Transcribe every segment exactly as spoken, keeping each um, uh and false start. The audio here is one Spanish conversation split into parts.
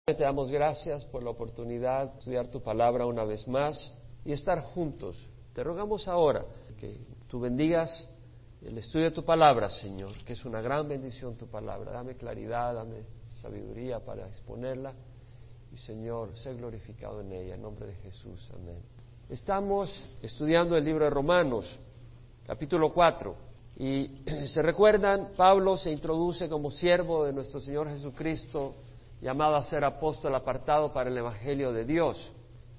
Te damos gracias por la oportunidad de estudiar tu palabra una vez más y estar juntos. Te rogamos ahora que tú bendigas el estudio de tu palabra, Señor, que es una gran bendición tu palabra. Dame claridad, dame sabiduría para exponerla y, Señor, sé glorificado en ella, en nombre de Jesús. Amén. Estamos estudiando el libro de Romanos, capítulo cuatro, y se recuerdan, Pablo se introduce como siervo de nuestro Señor Jesucristo, llamado a ser apóstol apartado para el Evangelio de Dios.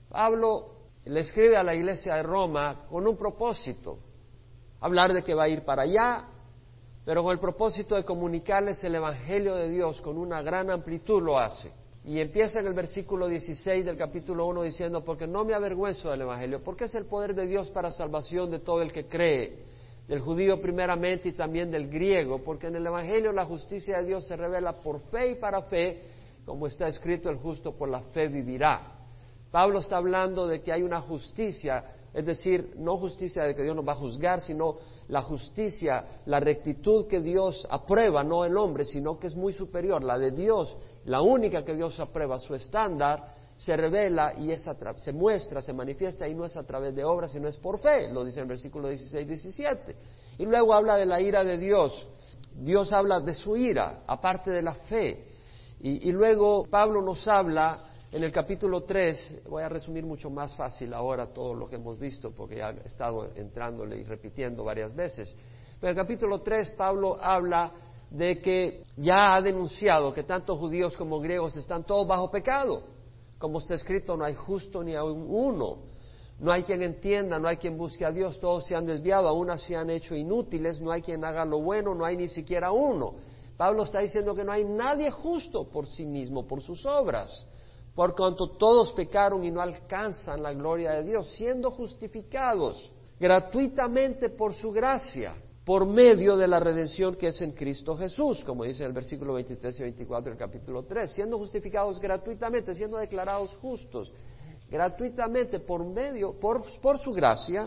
Pablo le escribe a la iglesia de Roma con un propósito, hablar de que va a ir para allá, pero con el propósito de comunicarles el Evangelio de Dios con una gran amplitud lo hace. Y empieza en el versículo dieciséis del capítulo uno diciendo, porque no me avergüenzo del Evangelio, porque es el poder de Dios para salvación de todo el que cree, del judío primeramente y también del griego, porque en el Evangelio la justicia de Dios se revela por fe y para fe, como está escrito, el justo por la fe vivirá. Pablo está hablando de que hay una justicia, es decir, no justicia de que Dios nos va a juzgar, sino la justicia, la rectitud que Dios aprueba, no el hombre, sino que es muy superior, la de Dios, la única que Dios aprueba, su estándar, se revela y es tra- se muestra, se manifiesta y no es a través de obras, sino es por fe, lo dice en el versículo dieciséis diecisiete. Y luego habla de la ira de Dios. Dios habla de su ira, aparte de la fe. Y, y luego Pablo nos habla en el capítulo tres, voy a resumir mucho más fácil ahora todo lo que hemos visto, porque ya he estado entrándole y repitiendo varias veces. Pero en el capítulo tres Pablo habla de que ya ha denunciado que tanto judíos como griegos están todos bajo pecado. Como está escrito, no hay justo ni aun uno. No hay quien entienda, no hay quien busque a Dios, todos se han desviado, aún se han hecho inútiles, no hay quien haga lo bueno, no hay ni siquiera uno. Pablo está diciendo que no hay nadie justo por sí mismo, por sus obras, por cuanto todos pecaron y no alcanzan la gloria de Dios, siendo justificados gratuitamente por su gracia, por medio de la redención que es en Cristo Jesús, como dice en el versículo veintitrés y veinticuatro del capítulo tres, siendo justificados gratuitamente, siendo declarados justos, gratuitamente por medio, por, por su gracia,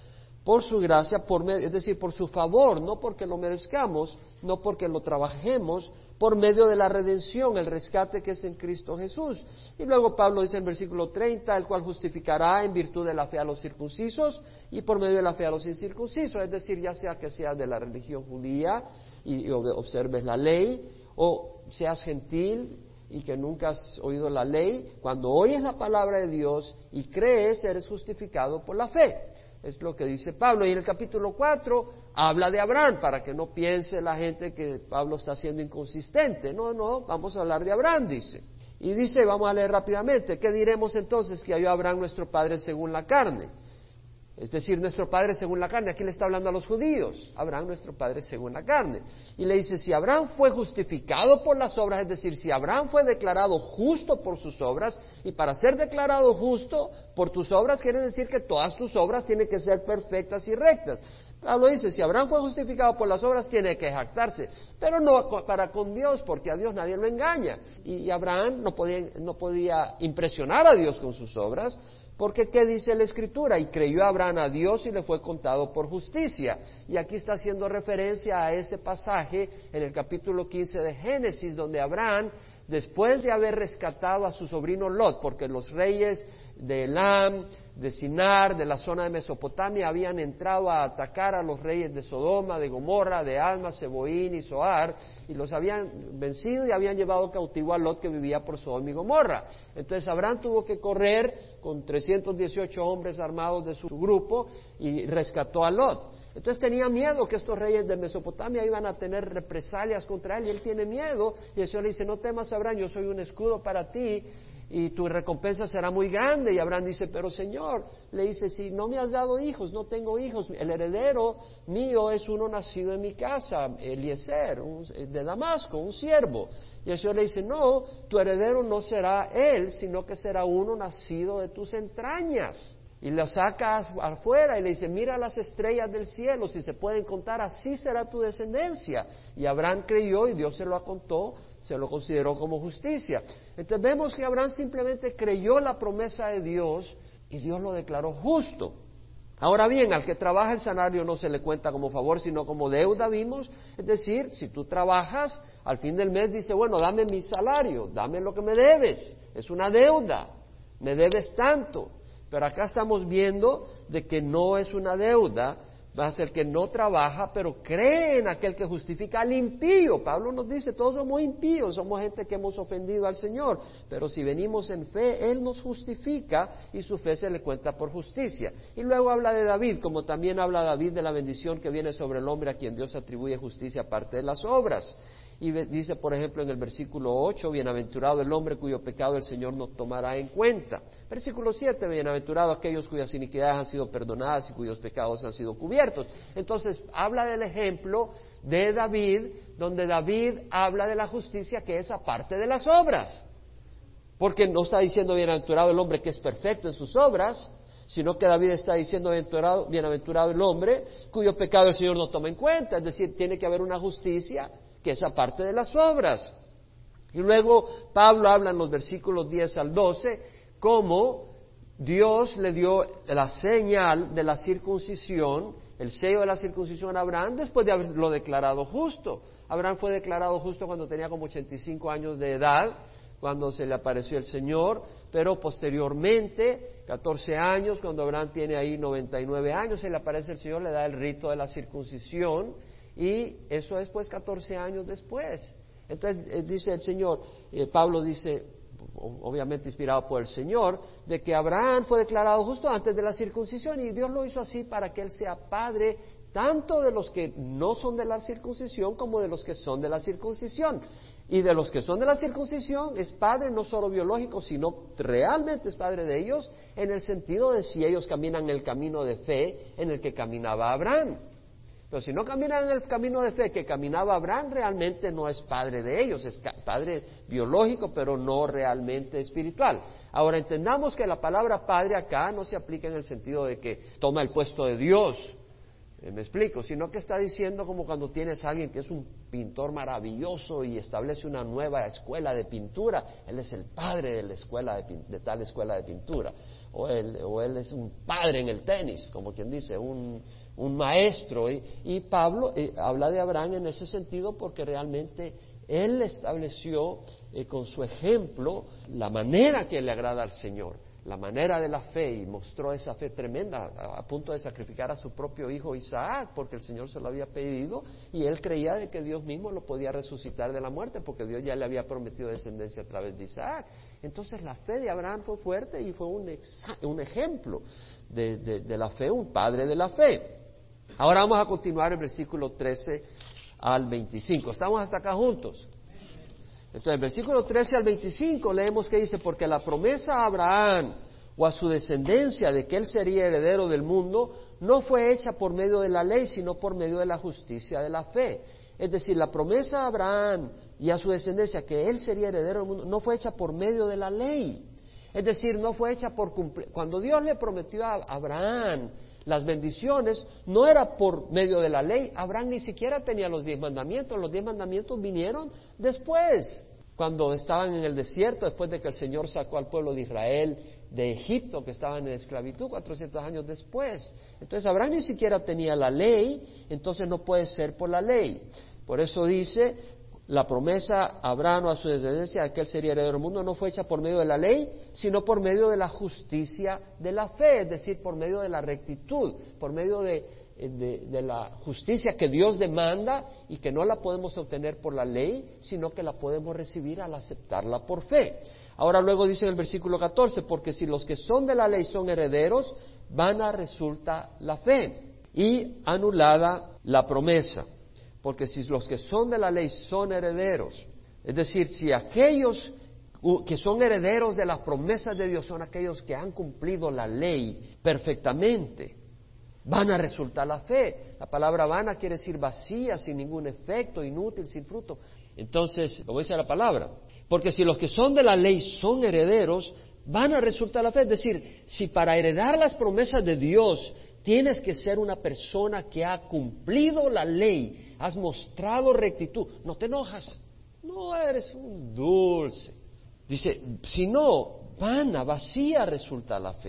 por su gracia, por medio, es decir, por su favor, no porque lo merezcamos, no porque lo trabajemos, por medio de la redención, el rescate que es en Cristo Jesús. Y luego Pablo dice en versículo treinta, el cual justificará en virtud de la fe a los circuncisos y por medio de la fe a los incircuncisos, es decir, ya sea que seas de la religión judía y, y observes la ley, o seas gentil y que nunca has oído la ley, cuando oyes la palabra de Dios y crees, eres justificado por la fe. Es lo que dice Pablo. Y en el capítulo cuatro habla de Abraham, para que no piense la gente que Pablo está siendo inconsistente. No, no, vamos a hablar de Abraham, dice. Y dice, vamos a leer rápidamente, ¿qué diremos entonces que halló Abraham nuestro padre según la carne? Es decir, nuestro padre según la carne. Aquí le está hablando a los judíos. Abraham, nuestro padre según la carne. Y le dice, si Abraham fue justificado por las obras, es decir, si Abraham fue declarado justo por sus obras, y para ser declarado justo por tus obras, quiere decir que todas tus obras tienen que ser perfectas y rectas. Pablo dice, si Abraham fue justificado por las obras, tiene que jactarse, pero no para con Dios, porque a Dios nadie lo engaña. Y Abraham no podía, no podía impresionar a Dios con sus obras, porque ¿qué dice la Escritura? Y creyó Abraham a Dios y le fue contado por justicia. Y aquí está haciendo referencia a ese pasaje en el capítulo quince de Génesis, donde Abraham, después de haber rescatado a su sobrino Lot, porque los reyes de Elam, de Sinar, de la zona de Mesopotamia, habían entrado a atacar a los reyes de Sodoma, de Gomorra, de Alma, Seboín y Zoar, y los habían vencido y habían llevado cautivo a Lot, que vivía por Sodoma y Gomorra. Entonces Abraham tuvo que correr con trescientos dieciocho hombres armados de su grupo y rescató a Lot. Entonces tenía miedo que estos reyes de Mesopotamia iban a tener represalias contra él, y él tiene miedo, y el Señor le dice, no temas, Abraham, yo soy un escudo para ti, y tu recompensa será muy grande. Y Abraham dice, pero Señor, le dice, si no me has dado hijos, no tengo hijos, el heredero mío es uno nacido en mi casa, Eliezer, un, de Damasco, un siervo. Y el Señor le dice, no, tu heredero no será él, sino que será uno nacido de tus entrañas. Y lo saca afuera y le dice, mira las estrellas del cielo, si se pueden contar, así será tu descendencia. Y Abraham creyó y Dios se lo contó, se lo consideró como justicia. Entonces vemos que Abraham simplemente creyó la promesa de Dios y Dios lo declaró justo. Ahora bien, al que trabaja el salario no se le cuenta como favor, sino como deuda, vimos. Es decir, si tú trabajas, al fin del mes dice, bueno, dame mi salario, dame lo que me debes. Es una deuda, me debes tanto. Pero acá estamos viendo de que no es una deuda, va a ser que no trabaja, pero cree en aquel que justifica al impío. Pablo nos dice, todos somos impíos, somos gente que hemos ofendido al Señor, pero si venimos en fe, Él nos justifica y su fe se le cuenta por justicia. Y luego habla de David, como también habla David de la bendición que viene sobre el hombre a quien Dios atribuye justicia aparte de las obras. Y dice, por ejemplo, en el versículo ocho, bienaventurado el hombre cuyo pecado el Señor no tomará en cuenta. Versículo siete, bienaventurado aquellos cuyas iniquidades han sido perdonadas y cuyos pecados han sido cubiertos. Entonces, habla del ejemplo de David, donde David habla de la justicia que es aparte de las obras. Porque no está diciendo bienaventurado el hombre que es perfecto en sus obras, sino que David está diciendo bienaventurado, bienaventurado el hombre cuyo pecado el Señor no toma en cuenta. Es decir, tiene que haber una justicia que es aparte de las obras. Y luego Pablo habla en los versículos diez al doce cómo Dios le dio la señal de la circuncisión, el sello de la circuncisión a Abraham después de haberlo declarado justo. Abraham fue declarado justo cuando tenía como ochenta y cinco años de edad, cuando se le apareció el Señor, pero posteriormente, catorce años, cuando Abraham tiene ahí noventa y nueve años, se le aparece el Señor, le da el rito de la circuncisión. Y eso es pues catorce años después. Entonces eh, dice el Señor, eh, Pablo dice, obviamente inspirado por el Señor, de que Abraham fue declarado justo antes de la circuncisión y Dios lo hizo así para que él sea padre tanto de los que no son de la circuncisión como de los que son de la circuncisión. Y de los que son de la circuncisión es padre no solo biológico, sino realmente es padre de ellos en el sentido de si ellos caminan el camino de fe en el que caminaba Abraham. Pero si no caminan en el camino de fe que caminaba Abraham, realmente no es padre de ellos, es padre biológico, pero no realmente espiritual. Ahora, entendamos que la palabra padre acá no se aplica en el sentido de que toma el puesto de Dios, eh, me explico, sino que está diciendo como cuando tienes a alguien que es un pintor maravilloso y establece una nueva escuela de pintura, él es el padre de la escuela de, de tal escuela de pintura, o él, o él es un padre en el tenis, como quien dice, un... un maestro, y, y Pablo eh, habla de Abraham en ese sentido porque realmente él estableció eh, con su ejemplo la manera que le agrada al Señor, la manera de la fe, y mostró esa fe tremenda a, a punto de sacrificar a su propio hijo Isaac porque el Señor se lo había pedido y él creía de que Dios mismo lo podía resucitar de la muerte porque Dios ya le había prometido descendencia a través de Isaac. Entonces la fe de Abraham fue fuerte y fue un, exa- un ejemplo de, de, de la fe, un padre de la fe. Ahora vamos a continuar el versículo trece al veinticinco. ¿Estamos hasta acá juntos? Entonces, el versículo trece al veinticinco leemos que dice, porque la promesa a Abraham o a su descendencia de que él sería heredero del mundo no fue hecha por medio de la ley, sino por medio de la justicia de la fe. Es decir, la promesa a Abraham y a su descendencia que él sería heredero del mundo no fue hecha por medio de la ley. Es decir, no fue hecha por cumplir. Cuando Dios le prometió a Abraham las bendiciones, no era por medio de la ley. Abraham ni siquiera tenía los diez mandamientos. Los diez mandamientos vinieron después, cuando estaban en el desierto, después de que el Señor sacó al pueblo de Israel de Egipto, que estaban en esclavitud, cuatrocientos años después. Entonces Abraham ni siquiera tenía la ley, entonces no puede ser por la ley. Por eso dice, la promesa a Abraham o a su descendencia de que él sería heredero del mundo no fue hecha por medio de la ley, sino por medio de la justicia de la fe, es decir, por medio de la rectitud, por medio de, de, de la justicia que Dios demanda y que no la podemos obtener por la ley, sino que la podemos recibir al aceptarla por fe. Ahora luego dice en el versículo catorce, porque si los que son de la ley son herederos, vana resulta la fe y anulada la promesa. Porque si los que son de la ley son herederos, es decir, si aquellos que son herederos de las promesas de Dios son aquellos que han cumplido la ley perfectamente, van a resultar la fe. La palabra vana quiere decir vacía, sin ningún efecto, inútil, sin fruto. Entonces, como dice la palabra, porque si los que son de la ley son herederos, van a resultar la fe. Es decir, si para heredar las promesas de Dios tienes que ser una persona que ha cumplido la ley, has mostrado rectitud, no te enojas, no eres un dulce. Dice, si no, vana, vacía resulta la fe.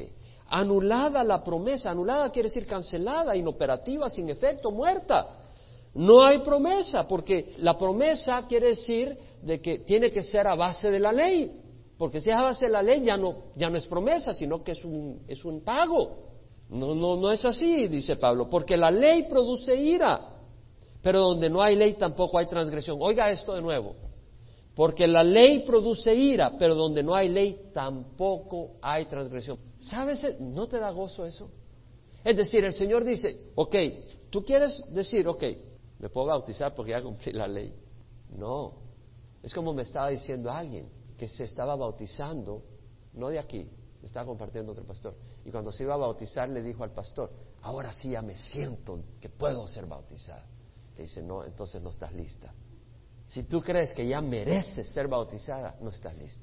anulada la promesa. Anulada quiere decir cancelada, inoperativa, sin efecto, muerta. No hay promesa, porque la promesa quiere decir de que tiene que ser a base de la ley, porque si es a base de la ley ya no, ya no es promesa, sino que es un, es un pago. No, no, no es así, dice Pablo, porque la ley produce ira, pero donde no hay ley tampoco hay transgresión. Oiga esto de nuevo, porque la ley produce ira, pero donde no hay ley tampoco hay transgresión. ¿Sabes? ¿No te da gozo eso? Es decir, el Señor dice, ok, tú quieres decir, ok, me puedo bautizar porque ya cumplí la ley. No, es como me estaba diciendo alguien que se estaba bautizando, no de aquí, me estaba compartiendo otro pastor, y cuando se iba a bautizar le dijo al pastor, ahora sí ya me siento que puedo ser bautizado. Le dice, no, entonces no estás lista. Si tú crees que ya mereces ser bautizada, no estás lista.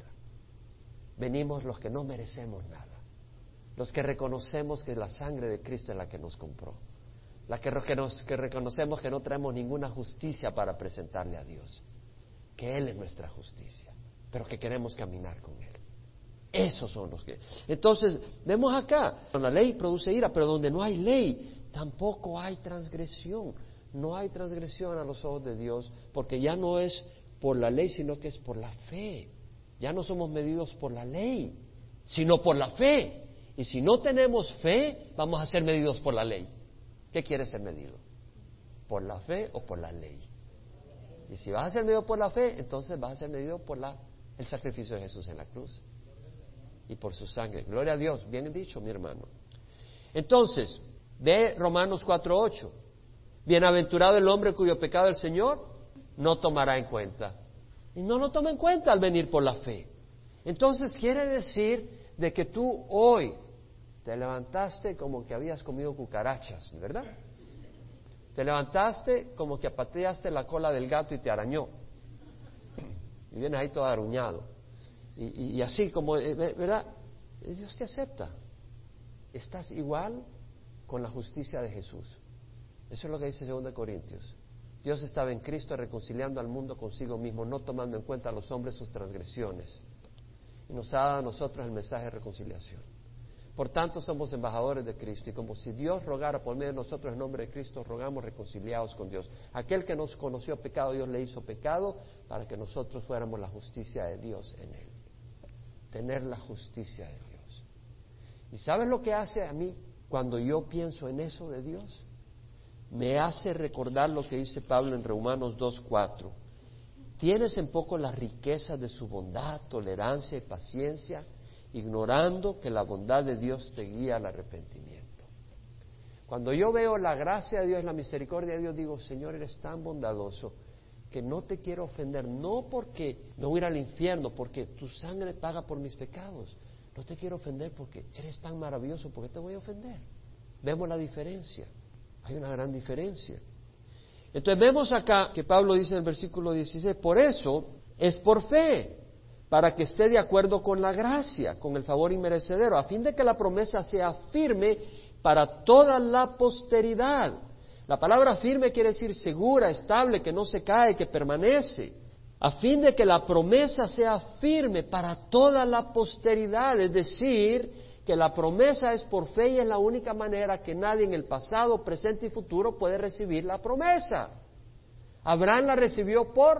Venimos los que no merecemos nada, los que reconocemos que la sangre de Cristo es la que nos compró, la que, que, nos, que reconocemos que no traemos ninguna justicia para presentarle a Dios, que Él es nuestra justicia, pero que queremos caminar con Él. Esos son los que... Entonces, vemos acá, la ley produce ira, pero donde no hay ley, tampoco hay transgresión. No hay transgresión a los ojos de Dios, porque ya no es por la ley, sino que es por la fe. Ya no somos medidos por la ley, sino por la fe. Y si no tenemos fe, vamos a ser medidos por la ley. ¿Qué quieres ser medido? ¿Por la fe o por la ley? Y si vas a ser medido por la fe, entonces vas a ser medido por la, el sacrificio de Jesús en la cruz y por su sangre. Gloria a Dios, bien dicho, mi hermano. Entonces, ve Romanos cuatro ocho. Bienaventurado el hombre cuyo pecado el Señor no tomará en cuenta. Y no lo toma en cuenta al venir por la fe. Entonces quiere decir de que tú hoy te levantaste como que habías comido cucarachas, ¿verdad? Te levantaste como que apateaste la cola del gato y te arañó. Y vienes ahí todo aruñado. Y, y, y así como, ¿verdad? Dios te acepta. Estás igual con la justicia de Jesús. Eso es lo que dice segundo Corintios. Dios estaba en Cristo reconciliando al mundo consigo mismo, no tomando en cuenta a los hombres sus transgresiones. Y nos ha dado a nosotros el mensaje de reconciliación. Por tanto, somos embajadores de Cristo, y como si Dios rogara por medio de nosotros en nombre de Cristo, rogamos reconciliados con Dios. Aquel que nos conoció pecado, Dios le hizo pecado para que nosotros fuéramos la justicia de Dios en él. Tener la justicia de Dios. ¿Y sabes lo que hace a mí cuando yo pienso en eso de Dios? Me hace recordar lo que dice Pablo en Romanos dos cuatro. Tienes en poco las riquezas de su bondad, tolerancia y paciencia, ignorando que la bondad de Dios te guía al arrepentimiento. Cuando yo veo la gracia de Dios, la misericordia de Dios, digo, Señor, eres tan bondadoso que no te quiero ofender, no porque me voy a ir al infierno, porque tu sangre paga por mis pecados. No te quiero ofender porque eres tan maravilloso, ¿por qué te voy a ofender? Vemos la diferencia. Hay una gran diferencia. Entonces vemos acá que Pablo dice en el versículo dieciséis, por eso es por fe, para que esté de acuerdo con la gracia, con el favor inmerecedero, a fin de que la promesa sea firme para toda la posteridad. La palabra firme quiere decir segura, estable, que no se cae, que permanece. A fin de que la promesa sea firme para toda la posteridad, es decir, que la promesa es por fe y es la única manera que nadie en el pasado, presente y futuro puede recibir la promesa. Abraham la recibió por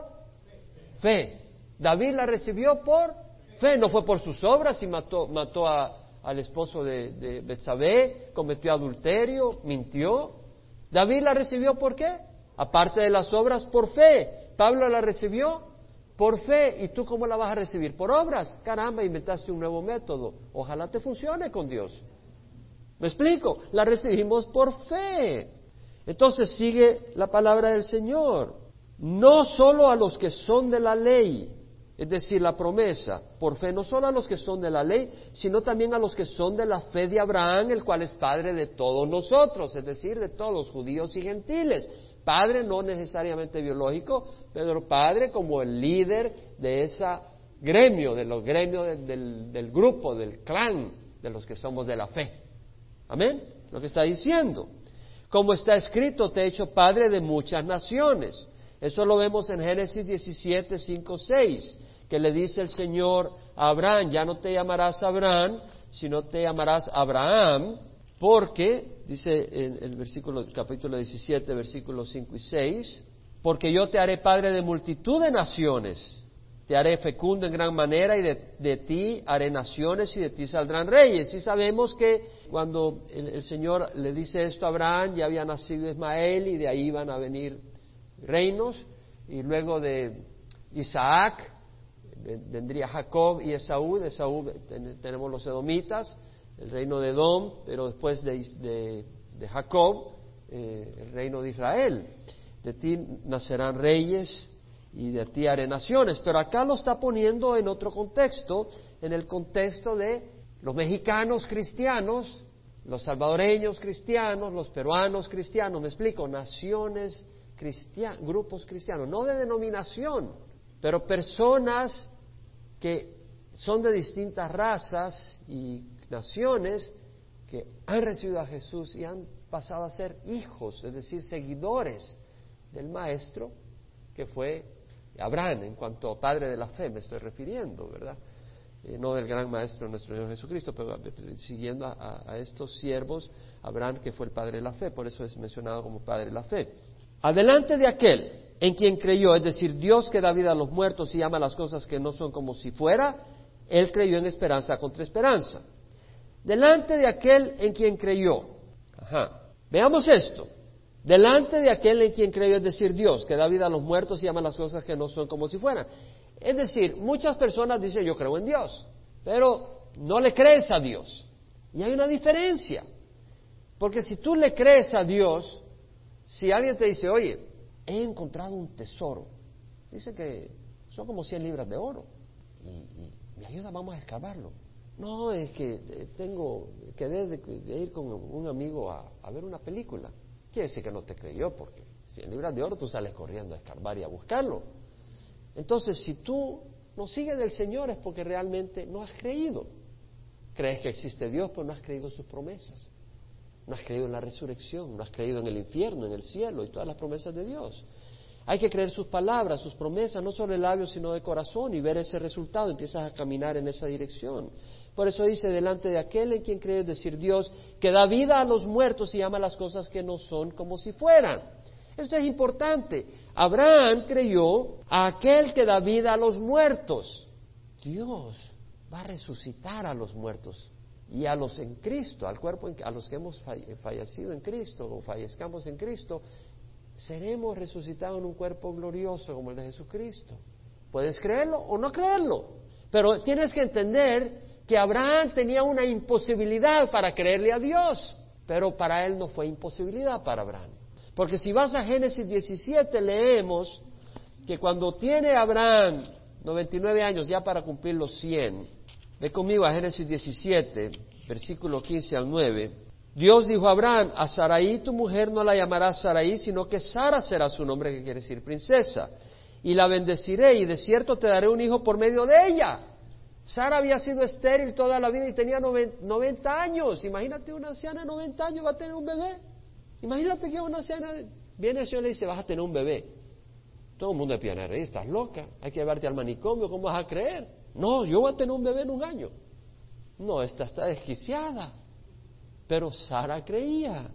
fe. David la recibió por fe. No fue por sus obras y mató, mató a, al esposo de, de Betsabé, cometió adulterio, mintió. David la recibió ¿por qué? Aparte de las obras, por fe. Pablo la recibió por fe. ¿Y tú cómo la vas a recibir? Por obras. Caramba, inventaste un nuevo método. Ojalá te funcione con Dios. ¿Me explico? La recibimos por fe. Entonces sigue la palabra del Señor. No solo a los que son de la ley, es decir, la promesa, por fe, no solo a los que son de la ley, sino también a los que son de la fe de Abraham, el cual es padre de todos nosotros, es decir, de todos, judíos y gentiles. Padre no necesariamente biológico, pero padre como el líder de ese gremio, de los gremios del, del, del grupo, del clan, de los que somos de la fe. Amén, lo que está diciendo. Como está escrito, te he hecho padre de muchas naciones. Eso lo vemos en Génesis diecisiete, cinco, seis, que le dice el Señor a Abraham, ya no te llamarás Abraham, sino te llamarás Abraham, porque, dice en el versículo, capítulo diecisiete, versículos cinco y seis, porque yo te haré padre de multitud de naciones, te haré fecundo en gran manera y de, de ti haré naciones y de ti saldrán reyes. Y sabemos que cuando el, el Señor le dice esto a Abraham, ya había nacido Ismael y de ahí iban a venir reinos, y luego de Isaac vendría Jacob y Esaú. De Esaú tenemos los edomitas, el reino de Edom, pero después de, de, de Jacob, eh, el reino de Israel. De ti nacerán reyes y de ti haré naciones. Pero acá lo está poniendo en otro contexto, en el contexto de los mexicanos cristianos, los salvadoreños cristianos, los peruanos cristianos, me explico, naciones cristianas, grupos cristianos, no de denominación, pero personas que son de distintas razas y naciones que han recibido a Jesús y han pasado a ser hijos, es decir, seguidores del Maestro, que fue Abraham, en cuanto a padre de la fe me estoy refiriendo, ¿verdad? Eh, no del gran Maestro nuestro Señor Jesucristo, pero siguiendo a, a estos siervos, Abraham, que fue el padre de la fe, por eso es mencionado como padre de la fe. Adelante de aquel en quien creyó, es decir, Dios que da vida a los muertos y llama las cosas que no son como si fuera, él creyó en esperanza contra esperanza. Delante de aquel en quien creyó. Ajá. Veamos esto. Delante de aquel en quien creyó, es decir, Dios, que da vida a los muertos y llama las cosas que no son como si fueran. Es decir, muchas personas dicen, yo creo en Dios, pero no le crees a Dios. Y hay una diferencia. Porque si tú le crees a Dios, si alguien te dice, oye, he encontrado un tesoro, dice que son como cien libras de oro, y, y me ayuda, vamos a excavarlo. No, es que tengo, quedé de, de ir con un amigo a, a ver una película. Quiere decir que no te creyó, porque cien libras de oro tú sales corriendo a escarbar y a buscarlo. Entonces, si tú no sigues del Señor es porque realmente no has creído. Crees que existe Dios, pero no has creído en sus promesas. No has creído en la resurrección, no has creído en el infierno, en el cielo y todas las promesas de Dios. Hay que creer sus palabras, sus promesas, no solo de labios, sino de corazón, y ver ese resultado, empiezas a caminar en esa dirección. Por eso dice, delante de aquel en quien cree, es decir, Dios, que da vida a los muertos y llama las cosas que no son como si fueran. Esto es importante. Abraham creyó a aquel que da vida a los muertos. Dios va a resucitar a los muertos y a los en Cristo, al cuerpo, en, a los que hemos fallecido en Cristo o fallezcamos en Cristo, seremos resucitados en un cuerpo glorioso como el de Jesucristo. Puedes creerlo o no creerlo, pero tienes que entender que Abraham tenía una imposibilidad para creerle a Dios, pero para él no fue imposibilidad para Abraham. Porque si vas a Génesis diecisiete, leemos que cuando tiene Abraham noventa y nueve años, ya para cumplir los cien, ve conmigo a Génesis diecisiete, versículo quince al nueve, Dios dijo a Abraham, a Sarai tu mujer no la llamarás Sarai, sino que Sara será su nombre, que quiere decir princesa, y la bendeciré, y de cierto te daré un hijo por medio de ella. Sara había sido estéril toda la vida y tenía noventa años. Imagínate una anciana de noventa años va a tener un bebé. Imagínate que una anciana viene el Señor y le dice, vas a tener un bebé. Todo el mundo de pianera, estás loca, hay que llevarte al manicomio, ¿cómo vas a creer? No, yo voy a tener un bebé en un año. No, esta está desquiciada. Pero Sara creía.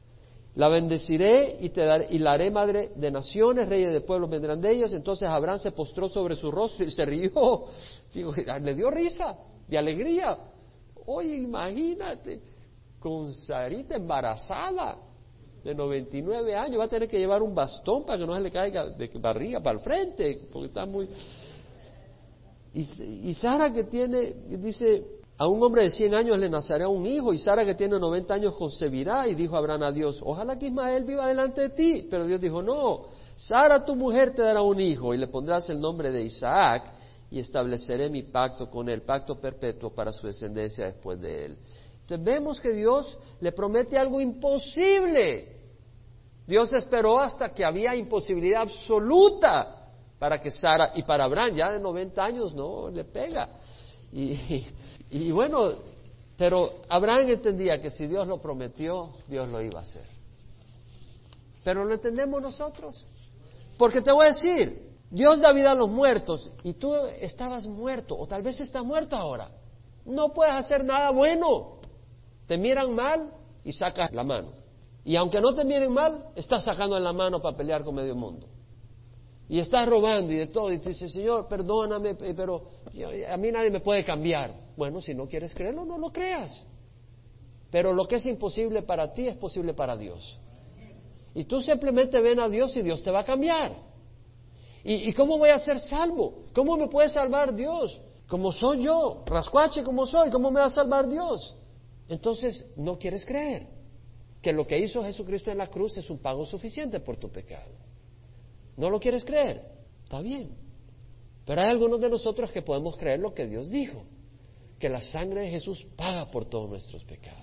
La bendeciré y, te daré, y la haré madre de naciones, reyes de pueblos vendrán de ellos. Entonces Abraham se postró sobre su rostro y se rió. Digo, le dio risa, de alegría. Oye, imagínate, con Sarita embarazada, de noventa y nueve años, va a tener que llevar un bastón para que no se le caiga de barriga para el frente, porque está muy... Y, y Sara que tiene, dice, a un hombre de cien años le nacerá un hijo, y Sara que tiene noventa años concebirá, y dijo Abraham a Dios, ojalá que Ismael viva delante de ti. Pero Dios dijo, no, Sara tu mujer te dará un hijo, y le pondrás el nombre de Isaac, y estableceré mi pacto con él, pacto perpetuo para su descendencia después de él. Entonces vemos que Dios le promete algo imposible. Dios esperó hasta que había imposibilidad absoluta para que Sara, y para Abraham ya de noventa años no le pega. Y, y, y bueno, pero Abraham entendía que si Dios lo prometió, Dios lo iba a hacer. Pero lo entendemos nosotros. Porque te voy a decir, Dios da vida a los muertos y tú estabas muerto, o tal vez estás muerto ahora. No puedes hacer nada bueno. Te miran mal y sacas la mano. Y aunque no te miren mal, estás sacando la mano para pelear con medio mundo. Y estás robando y de todo. Y te dices, Señor, perdóname, pero yo, a mí nadie me puede cambiar. Bueno, si no quieres creerlo, no lo creas. Pero lo que es imposible para ti es posible para Dios. Y tú simplemente ven a Dios y Dios te va a cambiar. ¿Y, y cómo voy a ser salvo? ¿Cómo me puede salvar Dios? Como soy yo, rascuache como soy, ¿cómo me va a salvar Dios? Entonces, no quieres creer que lo que hizo Jesucristo en la cruz es un pago suficiente por tu pecado. ¿No lo quieres creer? Está bien. Pero hay algunos de nosotros que podemos creer lo que Dios dijo, que la sangre de Jesús paga por todos nuestros pecados.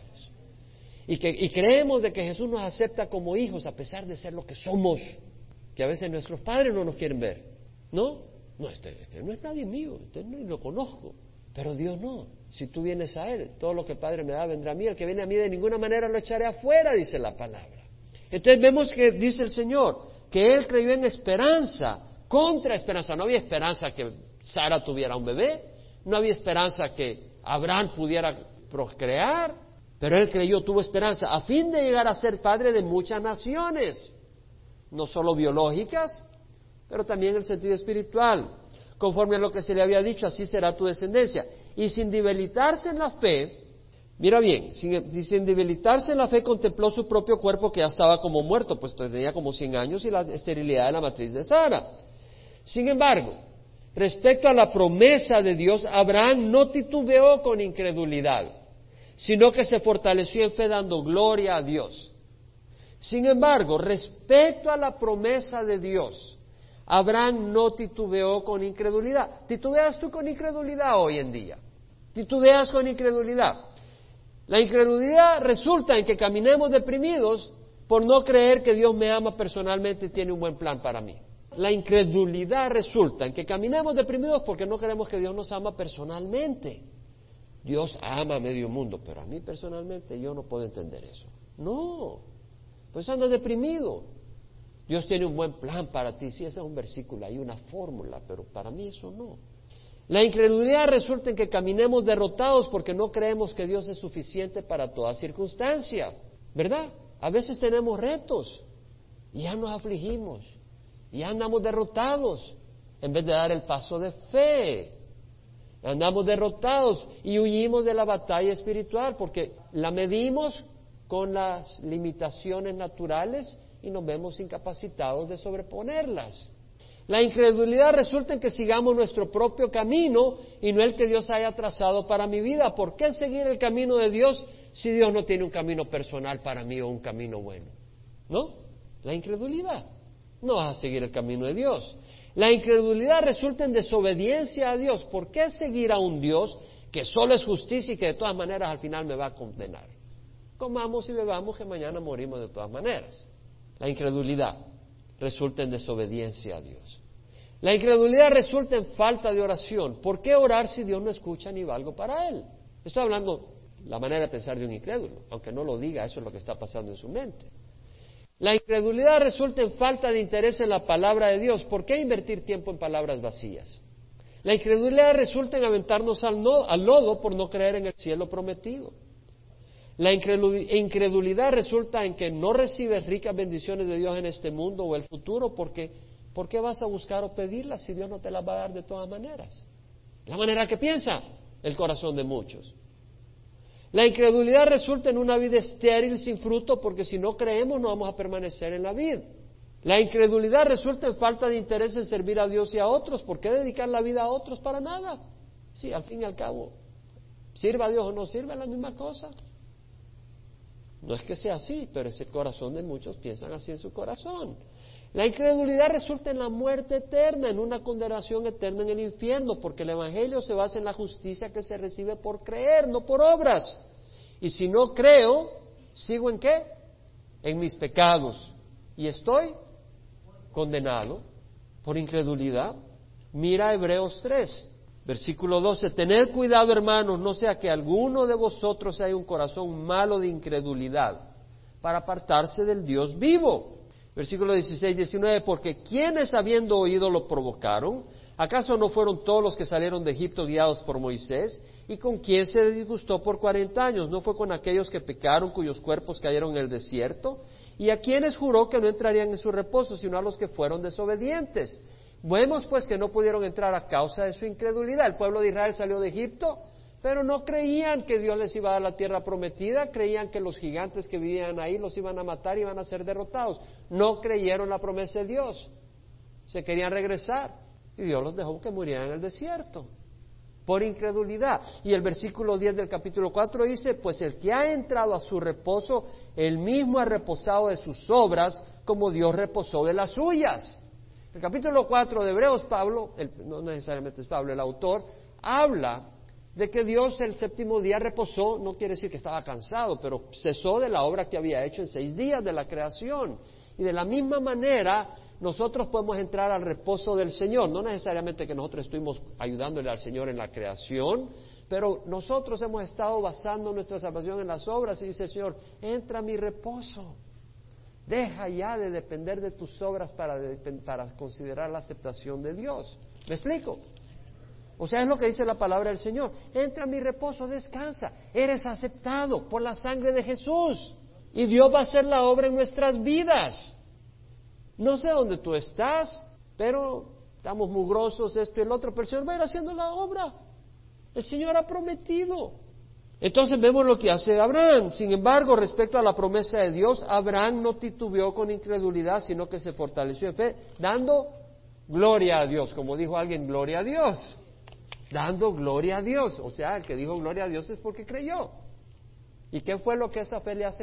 Y, que, y creemos de que Jesús nos acepta como hijos a pesar de ser lo que somos, que a veces nuestros padres no nos quieren ver. ¿No? No, este, este no es nadie mío, este no lo conozco. Pero Dios no. Si tú vienes a Él, todo lo que el Padre me da vendrá a mí. El que viene a mí de ninguna manera lo echaré afuera, dice la palabra. Entonces vemos que dice el Señor que Él creyó en esperanza, contra esperanza. No había esperanza que Sara tuviera un bebé, no había esperanza que Abraham pudiera procrear, pero Él creyó, tuvo esperanza, a fin de llegar a ser padre de muchas naciones, no solo biológicas, pero también en el sentido espiritual. Conforme a lo que se le había dicho, así será tu descendencia. Y sin debilitarse en la fe, mira bien, sin, sin debilitarse en la fe, contempló su propio cuerpo que ya estaba como muerto, pues tenía como cien años y la esterilidad de la matriz de Sara. Sin embargo, respecto a la promesa de Dios, Abraham no titubeó con incredulidad, sino que se fortaleció en fe dando gloria a Dios. Sin embargo, respecto a la promesa de Dios, Abraham no titubeó con incredulidad. ¿Titubeas tú con incredulidad hoy en día? ¿Titubeas con incredulidad? La incredulidad resulta en que caminemos deprimidos por no creer que Dios me ama personalmente y tiene un buen plan para mí. La incredulidad resulta en que caminemos deprimidos porque no creemos que Dios nos ama personalmente. Dios ama a medio mundo, pero a mí personalmente yo no puedo entender eso. No, pues andas deprimido. Dios tiene un buen plan para ti. Sí, ese es un versículo, hay una fórmula, pero para mí eso no. La incredulidad resulta en que caminemos derrotados porque no creemos que Dios es suficiente para toda circunstancia, ¿verdad? A veces tenemos retos y ya nos afligimos, y ya andamos derrotados en vez de dar el paso de fe. Andamos derrotados y huimos de la batalla espiritual porque la medimos con las limitaciones naturales y nos vemos incapacitados de sobreponerlas. La incredulidad resulta en que sigamos nuestro propio camino y no el que Dios haya trazado para mi vida. ¿Por qué seguir el camino de Dios si Dios no tiene un camino personal para mí o un camino bueno? ¿No? La incredulidad. No vas a seguir el camino de Dios. La incredulidad resulta en desobediencia a Dios. ¿Por qué seguir a un Dios que solo es justicia y que de todas maneras al final me va a condenar? Comamos y bebamos que mañana morimos de todas maneras. La incredulidad resulta en desobediencia a Dios. La incredulidad resulta en falta de oración. ¿Por qué orar si Dios no escucha ni valgo para Él? Estoy hablando la manera de pensar de un incrédulo, aunque no lo diga, eso es lo que está pasando en su mente. La incredulidad resulta en falta de interés en la palabra de Dios. ¿Por qué invertir tiempo en palabras vacías? La incredulidad resulta en aventarnos al, no, al lodo por no creer en el cielo prometido. La incredulidad resulta en que no recibes ricas bendiciones de Dios en este mundo o el futuro, porque ¿por qué vas a buscar o pedirlas si Dios no te las va a dar de todas maneras? La manera que piensa el corazón de muchos. La incredulidad resulta en una vida estéril sin fruto, porque si no creemos no vamos a permanecer en la vida. La incredulidad resulta en falta de interés en servir a Dios y a otros. ¿Por qué dedicar la vida a otros para nada? Sí, al fin y al cabo, sirva a Dios o no sirva, es la misma cosa. No es que sea así, pero ese corazón de muchos piensan así en su corazón. La incredulidad resulta en la muerte eterna, en una condenación eterna en el infierno, porque el Evangelio se basa en la justicia que se recibe por creer, no por obras. Y si no creo, ¿sigo en qué? En mis pecados. Y estoy condenado por incredulidad. Mira Hebreos tres. Versículo doce, tened cuidado, hermanos, no sea que alguno de vosotros haya un corazón malo de incredulidad para apartarse del Dios vivo. Versículo dieciséis, diecinueve, porque quienes habiendo oído lo provocaron, ¿Acaso no fueron todos los que salieron de Egipto guiados por Moisés? ¿Y con quién se disgustó por cuarenta años? ¿No fue con aquellos que pecaron, cuyos cuerpos cayeron en el desierto? ¿Y a quienes juró que no entrarían en su reposo, sino a los que fueron desobedientes? Vemos pues que no pudieron entrar a causa de su incredulidad. El pueblo de Israel salió de Egipto, pero no creían que Dios les iba a dar la tierra prometida, creían que los gigantes que vivían ahí los iban a matar y iban a ser derrotados. No creyeron la promesa de Dios, se querían regresar. Y Dios los dejó que murieran en el desierto, por incredulidad. Y el versículo diez del capítulo cuatro dice, pues el que ha entrado a su reposo, él mismo ha reposado de sus obras, como Dios reposó de las suyas. El capítulo cuatro de Hebreos, Pablo, el, no necesariamente es Pablo, el autor, habla de que Dios el séptimo día reposó, no quiere decir que estaba cansado, pero cesó de la obra que había hecho en seis días de la creación. Y de la misma manera, nosotros podemos entrar al reposo del Señor, no necesariamente que nosotros estuvimos ayudándole al Señor en la creación, pero nosotros hemos estado basando nuestra salvación en las obras y dice el Señor, entra a mi reposo, deja ya de depender de tus obras para, para considerar la aceptación de Dios. ¿Me explico? O sea, es lo que dice la palabra del Señor, entra a mi reposo, descansa, eres aceptado por la sangre de Jesús y Dios va a hacer la obra en nuestras vidas. No sé dónde tú estás, pero estamos mugrosos, esto y el otro, pero el Señor va a ir haciendo la obra. El Señor ha prometido. Entonces vemos lo que hace Abraham. Sin embargo, respecto a la promesa de Dios, Abraham no titubeó con incredulidad, sino que se fortaleció en fe, dando gloria a Dios. Como dijo alguien, gloria a Dios. Dando gloria a Dios. O sea, el que dijo gloria a Dios es porque creyó. ¿Y qué fue lo que esa fe le hace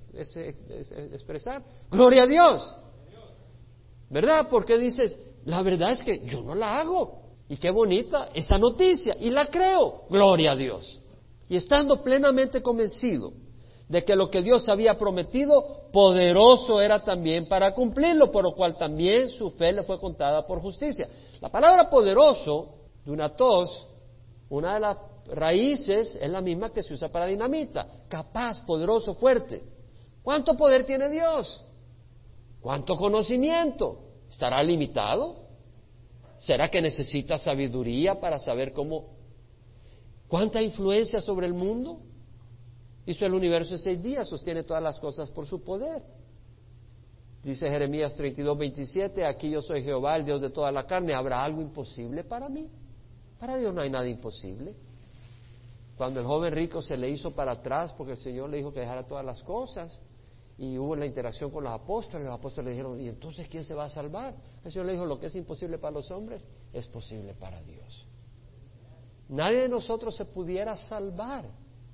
expresar? Gloria a Dios. ¿Verdad? Porque dices, la verdad es que yo no la hago. Y qué bonita esa noticia. Y la creo. Gloria a Dios. Y estando plenamente convencido de que lo que Dios había prometido, poderoso era también para cumplirlo, por lo cual también su fe le fue contada por justicia. La palabra poderoso, dunatos, una de las raíces es la misma que se usa para dinamita. Capaz, poderoso, fuerte. ¿Cuánto poder tiene Dios? ¿Cuánto conocimiento? ¿Estará limitado? ¿Será que necesita sabiduría para saber cómo? ¿Cuánta influencia sobre el mundo? Hizo el universo en seis días, sostiene todas las cosas por su poder. Dice Jeremías treinta y dos, veintisiete, aquí yo soy Jehová, el Dios de toda la carne. ¿Habrá algo imposible para mí? Para Dios no hay nada imposible. Cuando el joven rico se le hizo para atrás porque el Señor le dijo que dejara todas las cosas, y hubo la interacción con los apóstoles, los apóstoles le dijeron, ¿y entonces quién se va a salvar? El Señor le dijo, lo que es imposible para los hombres es posible para Dios. Nadie de nosotros se pudiera salvar,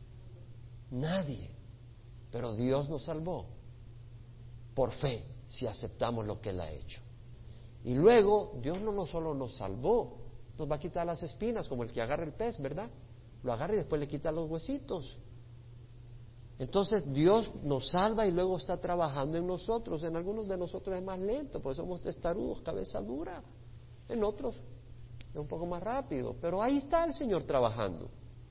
nadie, pero Dios nos salvó por fe, si aceptamos lo que Él ha hecho. Y luego, Dios no, no solo nos salvó, nos va a quitar las espinas, como el que agarra el pez, ¿verdad? Lo agarra y después le quita los huesitos. Entonces Dios nos salva y luego está trabajando en nosotros. En algunos de nosotros es más lento, porque somos testarudos, cabeza dura. En otros es un poco más rápido, pero ahí está el Señor trabajando.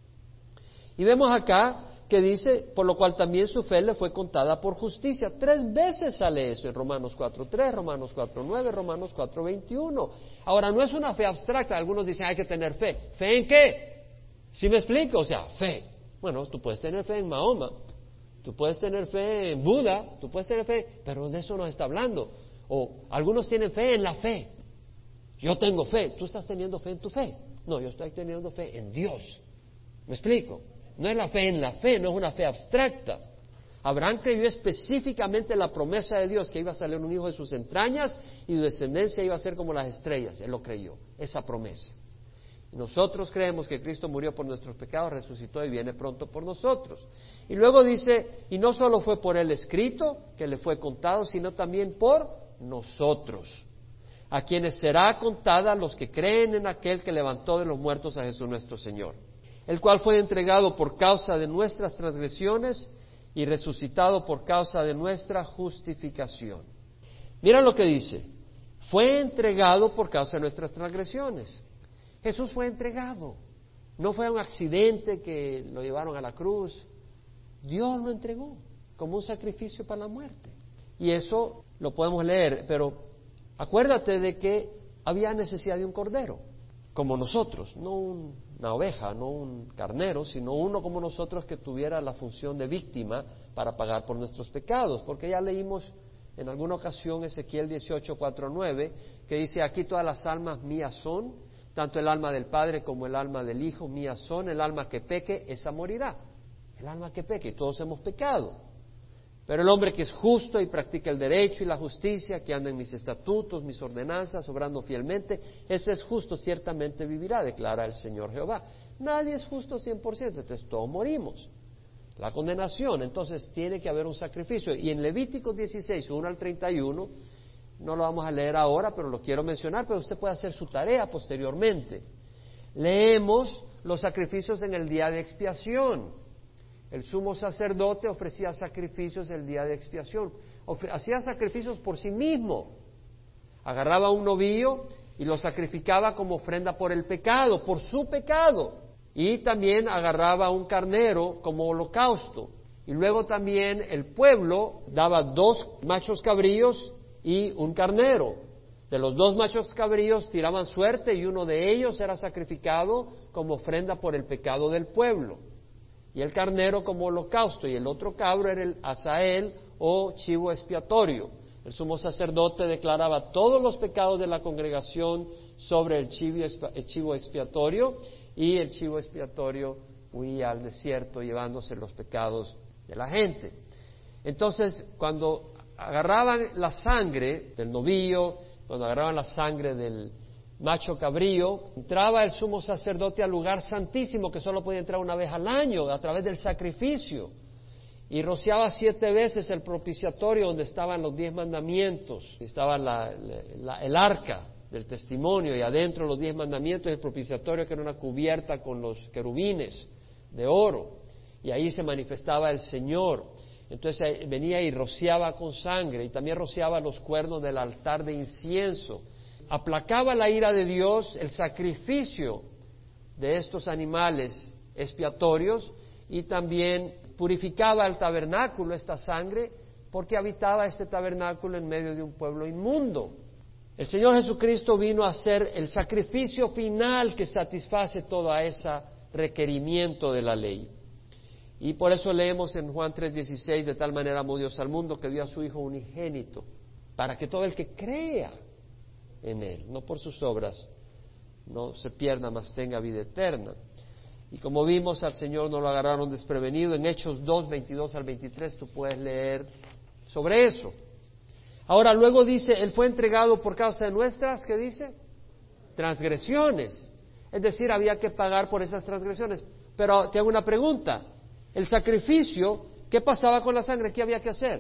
Y vemos acá que dice, por lo cual también su fe le fue contada por justicia. Tres veces sale eso en Romanos cuatro tres, Romanos cuatro nueve, Romanos cuatro veintiuno. Ahora, no es una fe abstracta. Algunos dicen, hay que tener fe. ¿Fe en qué? ¿Sí me explico? O sea, fe. Bueno, tú puedes tener fe en Mahoma, tú puedes tener fe en Buda, tú puedes tener fe, pero de eso nos está hablando. O algunos tienen fe en la fe. Yo tengo fe. ¿Tú estás teniendo fe en tu fe? No, yo estoy teniendo fe en Dios. ¿Me explico? No es la fe en la fe, no es una fe abstracta. Abraham creyó específicamente en la promesa de Dios, que iba a salir un hijo de sus entrañas y su descendencia iba a ser como las estrellas. Él lo creyó, esa promesa. Y nosotros creemos que Cristo murió por nuestros pecados, resucitó y viene pronto por nosotros. Y luego dice, y no solo fue por él escrito, que le fue contado, sino también por nosotros, a quienes será contada los que creen en aquel que levantó de los muertos a Jesús nuestro Señor, el cual fue entregado por causa de nuestras transgresiones y resucitado por causa de nuestra justificación. Mira lo que dice, fue entregado por causa de nuestras transgresiones. Jesús fue entregado, no fue un accidente que lo llevaron a la cruz. Dios lo entregó como un sacrificio para la muerte. Y eso lo podemos leer, pero acuérdate de que había necesidad de un cordero. como nosotros, no un, una oveja, no un carnero, sino uno como nosotros que tuviera la función de víctima para pagar por nuestros pecados, porque ya leímos en alguna ocasión Ezequiel dieciocho, cuatro, nueve, que dice, aquí todas las almas mías son, tanto el alma del Padre como el alma del Hijo mías son, el alma que peque, esa morirá. El alma que peque, todos hemos pecado. Pero el hombre que es justo y practica el derecho y la justicia, que anda en mis estatutos, mis ordenanzas, obrando fielmente, ese es justo, ciertamente vivirá, declara el Señor Jehová. Nadie es justo cien por ciento, entonces todos morimos. La condenación, entonces tiene que haber un sacrificio. Y en Levíticos dieciséis, uno al treinta y uno, no lo vamos a leer ahora, pero lo quiero mencionar, pero usted puede hacer su tarea posteriormente. Leemos los sacrificios en el día de expiación. El sumo sacerdote ofrecía sacrificios el día de expiación, Ofre- hacía sacrificios por sí mismo, agarraba un novillo y lo sacrificaba como ofrenda por el pecado, por su pecado, y también agarraba un carnero como holocausto, y luego también el pueblo daba dos machos cabríos y un carnero. De los dos machos cabríos tiraban suerte y uno de ellos era sacrificado como ofrenda por el pecado del pueblo. Y el carnero como holocausto, y el otro cabro era el azael o chivo expiatorio. El sumo sacerdote declaraba todos los pecados de la congregación sobre el chivo, el chivo expiatorio, y el chivo expiatorio huía al desierto llevándose los pecados de la gente. Entonces, cuando agarraban la sangre del novillo, cuando agarraban la sangre del macho cabrío, entraba el sumo sacerdote al lugar santísimo, que solo podía entrar una vez al año a través del sacrificio, y rociaba siete veces el propiciatorio donde estaban los diez mandamientos, estaba la, la, el arca del testimonio, y adentro los diez mandamientos, el propiciatorio que era una cubierta con los querubines de oro, y ahí se manifestaba el Señor. Entonces venía y rociaba con sangre, y también rociaba los cuernos del altar de incienso. Aplacaba la ira de Dios el sacrificio de estos animales expiatorios, y también purificaba el tabernáculo, esta sangre, porque habitaba este tabernáculo en medio de un pueblo inmundo. El Señor Jesucristo vino a ser el sacrificio final que satisface todo ese requerimiento de la ley. Y por eso leemos en Juan tres dieciséis, de tal manera amó Dios al mundo que dio a su Hijo unigénito, para que todo el que crea en Él, no por sus obras, no se pierda, mas tenga vida eterna. Y como vimos, al Señor no lo agarraron desprevenido. En Hechos dos, veintidós al veintitrés, tú puedes leer sobre eso. Ahora, luego dice, Él fue entregado por causa de nuestras, ¿qué dice? Transgresiones. Es decir, había que pagar por esas transgresiones. Pero te hago una pregunta. El sacrificio, ¿qué pasaba con la sangre? ¿Qué había que hacer?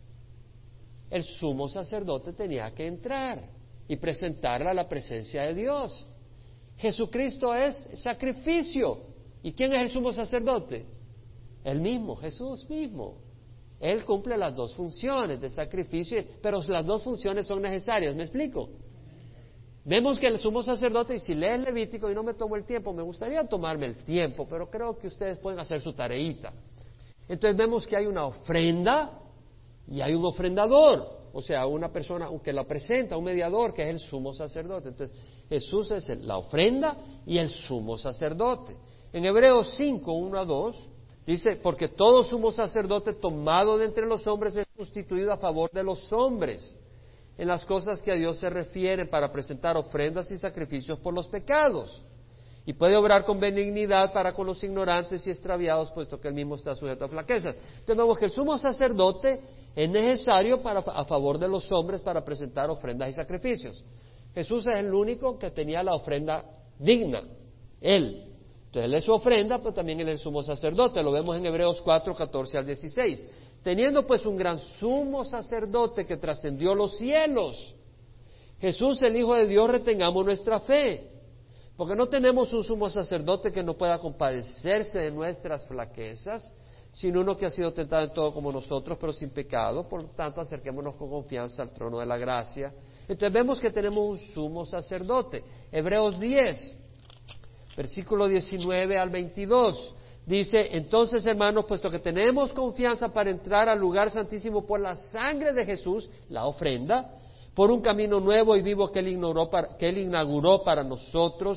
El sumo sacerdote tenía que entrar y presentarla a la presencia de Dios. Jesucristo es sacrificio. ¿Y quién es el sumo sacerdote? Él mismo, Jesús mismo. Él cumple las dos funciones de sacrificio, pero las dos funciones son necesarias. ¿Me explico? Vemos que el sumo sacerdote, y si lees Levítico, y no me tomo el tiempo, me gustaría tomarme el tiempo, pero creo que ustedes pueden hacer su tareita. Entonces vemos que hay una ofrenda y hay un ofrendador, o sea, una persona que la presenta, un mediador, que es el sumo sacerdote. Entonces Jesús es el, la ofrenda y el sumo sacerdote. En Hebreos cinco, uno a dos, dice, porque todo sumo sacerdote tomado de entre los hombres es constituido a favor de los hombres, en las cosas que a Dios se refieren, para presentar ofrendas y sacrificios por los pecados, y puede obrar con benignidad para con los ignorantes y extraviados, puesto que él mismo está sujeto a flaquezas. Entonces vemos que el sumo sacerdote es necesario para, a favor de los hombres para presentar ofrendas y sacrificios. Jesús es el único que tenía la ofrenda digna, él. Entonces él es su ofrenda, pero también él es el sumo sacerdote. Lo vemos en Hebreos cuatro, catorce al dieciséis. Teniendo pues un gran sumo sacerdote que trascendió los cielos, Jesús, el Hijo de Dios, retengamos nuestra fe, porque no tenemos un sumo sacerdote que no pueda compadecerse de nuestras flaquezas, sino uno que ha sido tentado en todo como nosotros, pero sin pecado. Por lo tanto, acerquémonos con confianza al trono de la gracia. Entonces vemos que tenemos un sumo sacerdote. Hebreos diez, versículo diecinueve al veintidós. Dice, entonces, hermanos, puesto que tenemos confianza para entrar al lugar santísimo por la sangre de Jesús, la ofrenda, por un camino nuevo y vivo que Él, ignoró para, que él inauguró para nosotros,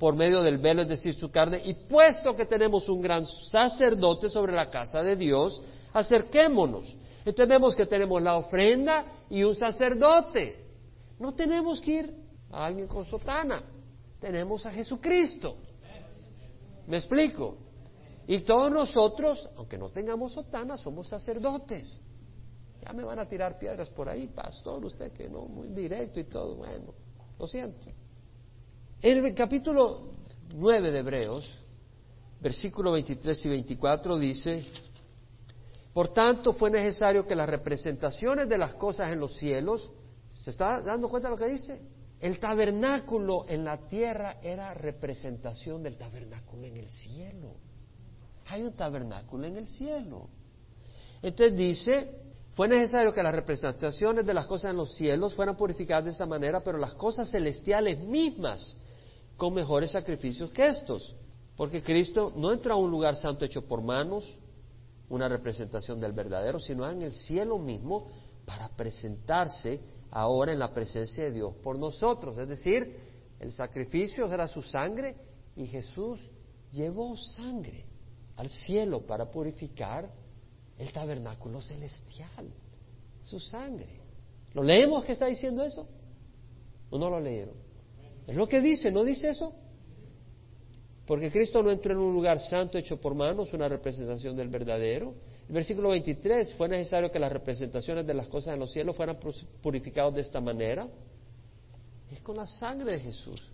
por medio del velo, es decir, su carne, y puesto que tenemos un gran sacerdote sobre la casa de Dios, acerquémonos. Entonces vemos que tenemos la ofrenda y un sacerdote. No tenemos que ir a alguien con sotana, tenemos a Jesucristo. ¿Me explico? Y todos nosotros, aunque no tengamos sotana, somos sacerdotes. Ya me van a tirar piedras por ahí, pastor, usted que no, muy directo y todo. Bueno, lo siento. En el capítulo nueve de Hebreos, versículos veintitrés y veinticuatro dice: por tanto fue necesario que las representaciones de las cosas en los cielos, ¿se está dando cuenta de lo que dice? El tabernáculo en la tierra era representación del tabernáculo en el cielo. Hay un tabernáculo en el cielo. Entonces dice, fue necesario que las representaciones de las cosas en los cielos fueran purificadas de esa manera, pero las cosas celestiales mismas con mejores sacrificios que estos. Porque Cristo no entró a un lugar santo hecho por manos, una representación del verdadero, sino en el cielo mismo para presentarse ahora en la presencia de Dios por nosotros. Es decir, el sacrificio era su sangre y Jesús llevó sangre al cielo para purificar el tabernáculo celestial, su sangre. ¿Lo leemos que está diciendo eso? ¿O no lo leyeron? Es lo que dice, ¿no dice eso? Porque Cristo no entró en un lugar santo hecho por manos, una representación del verdadero. El versículo veintitrés, fue necesario que las representaciones de las cosas en los cielos fueran purificadas de esta manera. Es con la sangre de Jesús.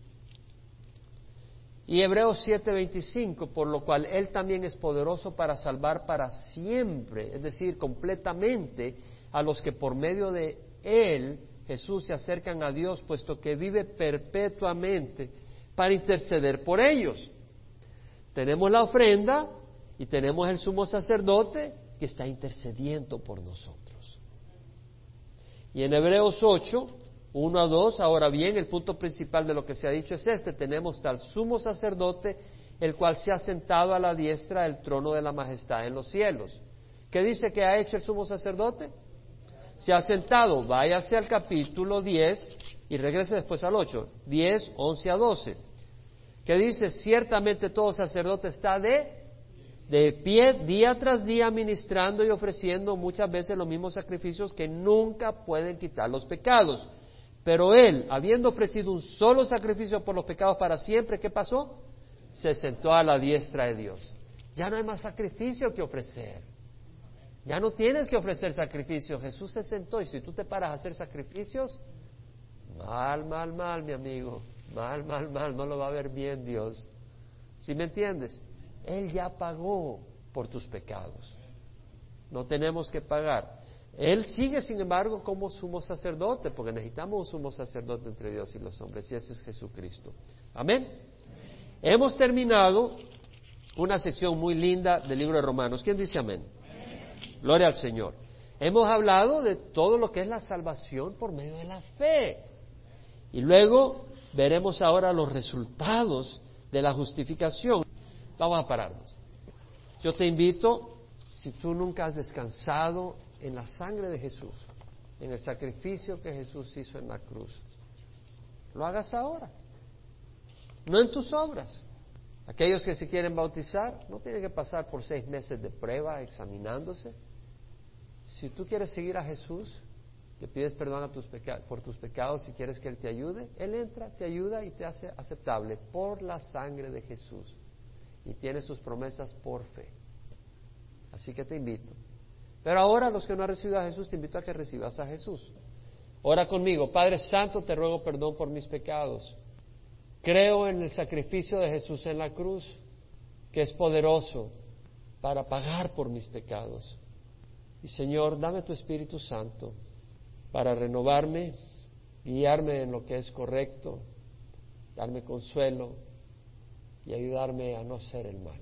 Y Hebreos siete veinticinco, por lo cual Él también es poderoso para salvar para siempre, es decir, completamente, a los que por medio de Él, Jesús, se acercan a Dios, puesto que vive perpetuamente para interceder por ellos. Tenemos la ofrenda y tenemos el sumo sacerdote que está intercediendo por nosotros. Y en Hebreos ocho, uno a dos, ahora bien, el punto principal de lo que se ha dicho es este: tenemos tal sumo sacerdote, el cual se ha sentado a la diestra del trono de la majestad en los cielos. ¿Qué dice que ha hecho el sumo sacerdote? Se ha sentado. Váyase al capítulo diez y regrese después al ocho, diez, once a doce. ¿Qué dice? Ciertamente todo sacerdote está de, de pie día tras día ministrando y ofreciendo muchas veces los mismos sacrificios que nunca pueden quitar los pecados. Pero él, habiendo ofrecido un solo sacrificio por los pecados para siempre, ¿qué pasó? Se sentó a la diestra de Dios. Ya no hay más sacrificio que ofrecer. Ya no tienes que ofrecer sacrificios. Jesús se sentó, y si tú te paras a hacer sacrificios, mal, mal, mal, mi amigo. Mal, mal, mal, no lo va a ver bien Dios. ¿Sí me entiendes? Él ya pagó por tus pecados. No tenemos que pagar. Él sigue, sin embargo, como sumo sacerdote, porque necesitamos un sumo sacerdote entre Dios y los hombres, y ese es Jesucristo. Amén. Hemos terminado una sección muy linda del libro de Romanos. ¿Quién dice amén? Amén. Gloria al Señor. Hemos hablado de todo lo que es la salvación por medio de la fe. Y luego veremos ahora los resultados de la justificación. Vamos a pararnos. Yo te invito, si tú nunca has descansado en la sangre de Jesús, en el sacrificio que Jesús hizo en la cruz, lo hagas ahora, no en tus obras. Aquellos que se quieren bautizar no tienen que pasar por seis meses de prueba examinándose. Si tú quieres seguir a Jesús, le pides perdón a tus peca- por tus pecados, si quieres que Él te ayude, Él entra, te ayuda y te hace aceptable por la sangre de Jesús, y tiene sus promesas por fe. Así que te invito. Pero ahora, los que no han recibido a Jesús, te invito a que recibas a Jesús. Ora conmigo. Padre Santo, te ruego perdón por mis pecados. Creo en el sacrificio de Jesús en la cruz, que es poderoso para pagar por mis pecados. Y Señor, dame tu Espíritu Santo para renovarme, guiarme en lo que es correcto, darme consuelo y ayudarme a no hacer el mal.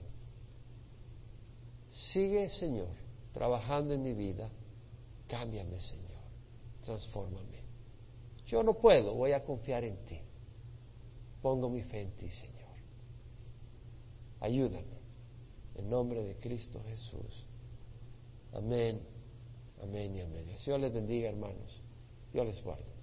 Sigue, Señor, trabajando en mi vida. Cámbiame, Señor. Transfórmame. Yo no puedo, voy a confiar en ti. Pongo mi fe en ti, Señor. Ayúdame. En nombre de Cristo Jesús. Amén. Amén y amén. Dios les bendiga, hermanos. Dios les guarde.